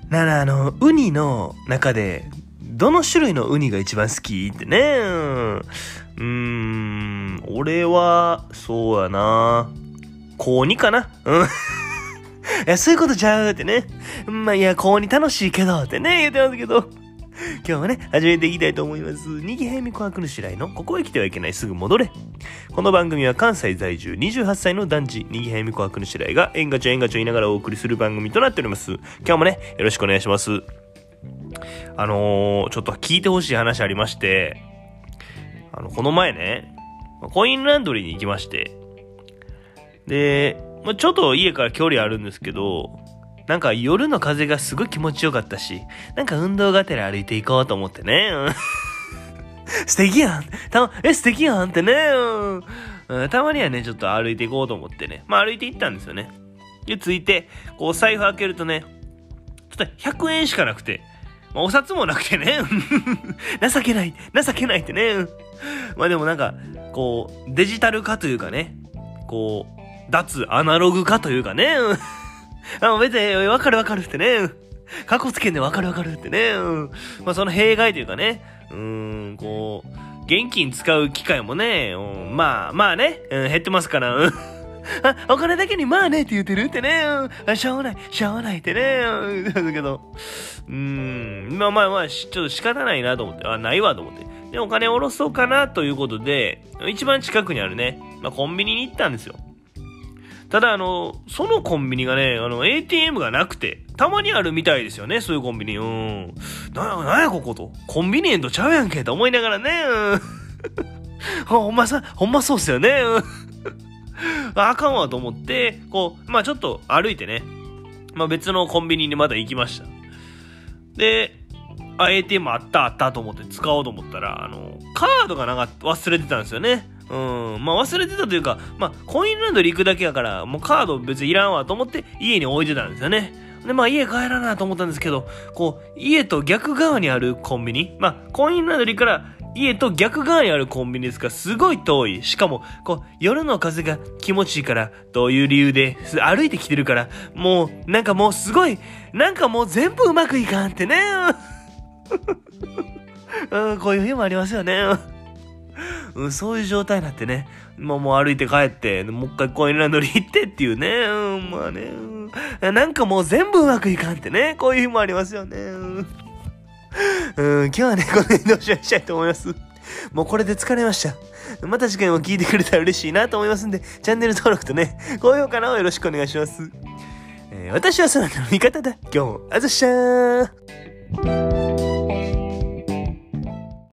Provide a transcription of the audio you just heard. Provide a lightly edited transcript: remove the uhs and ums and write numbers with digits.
ウニの中で、どの種類のウニが一番好きってね。俺は、そうやな。高2かな。いや、そういうことちゃうってね。まあ、いや、高2楽しいけどってね、言ってますけど。今日はね、始めていきたいと思います。にぎへみこはくぬしらいの、ここへ来てはいけないすぐ戻れ。この番組は関西在住28歳の男児、にぎへみこはくぬしらいが、えんがちょ言いながらお送りする番組となっております。今日もね、よろしくお願いします。ちょっと聞いてほしい話ありまして、この前ね、コインランドリーに行きまして、で、ちょっと家から距離あるんですけど、なんか夜の風がすごい気持ちよかったし、なんか運動がてら歩いていこうと思ってね。素敵やん素敵やんってね、たまにはね、ちょっと歩いていこうと思ってね。歩いて行ったんですよね。で、着いて、こう財布開けるとね、ちょっと100円しかなくて、お札もなくてね。情けないってね。でもなんか、こう、デジタル化というかね、こう、脱アナログ化というかね。別に、わかるってね。過去つけんでわかるってね。その弊害というかね。こう、現金使う機会もね、まあね、減ってますから。お金だけにまあねって言ってるってね。しょうがないってね。だけど、ちょっと仕方ないなと思って、ないわと思って。で、お金下ろそうかなということで、一番近くにあるね、コンビニに行ったんですよ。ただそのコンビニがね、ATM がなくて、たまにあるみたいですよね、そういうコンビニ。なんやここと。コンビニエントちゃうやんけと思いながらね。ほんまそうっすよね。あかんわと思って、こう、ちょっと歩いてね、別のコンビニにまた行きました。で、ATM あったと思って使おうと思ったら、カードが忘れてたんですよね。忘れてたというか、コインランドリー行くだけやから、もうカード別にいらんわと思って家に置いてたんですよね。で、家帰らなと思ったんですけど、こう、家と逆側にあるコンビニ、コインランドリーから家と逆側にあるコンビニですから、すごい遠い。しかも、こう、夜の風が気持ちいいから、という理由で、歩いてきてるから、もうすごい、もう全部うまくいかんってね。こういう日もありますよね。そういう状態になってね、もう歩いて帰って、もう一回コインランドリー行ってっていうね、もう全部うまくいかんってね、こういう日もありますよね。今日はね、この辺でおしまいしたいと思います。もうこれで疲れました。また次回も聞いてくれたら嬉しいなと思いますんで、チャンネル登録とね、高評価の方よろしくお願いします。私はそなたの味方だ。今日もあざっしゃー。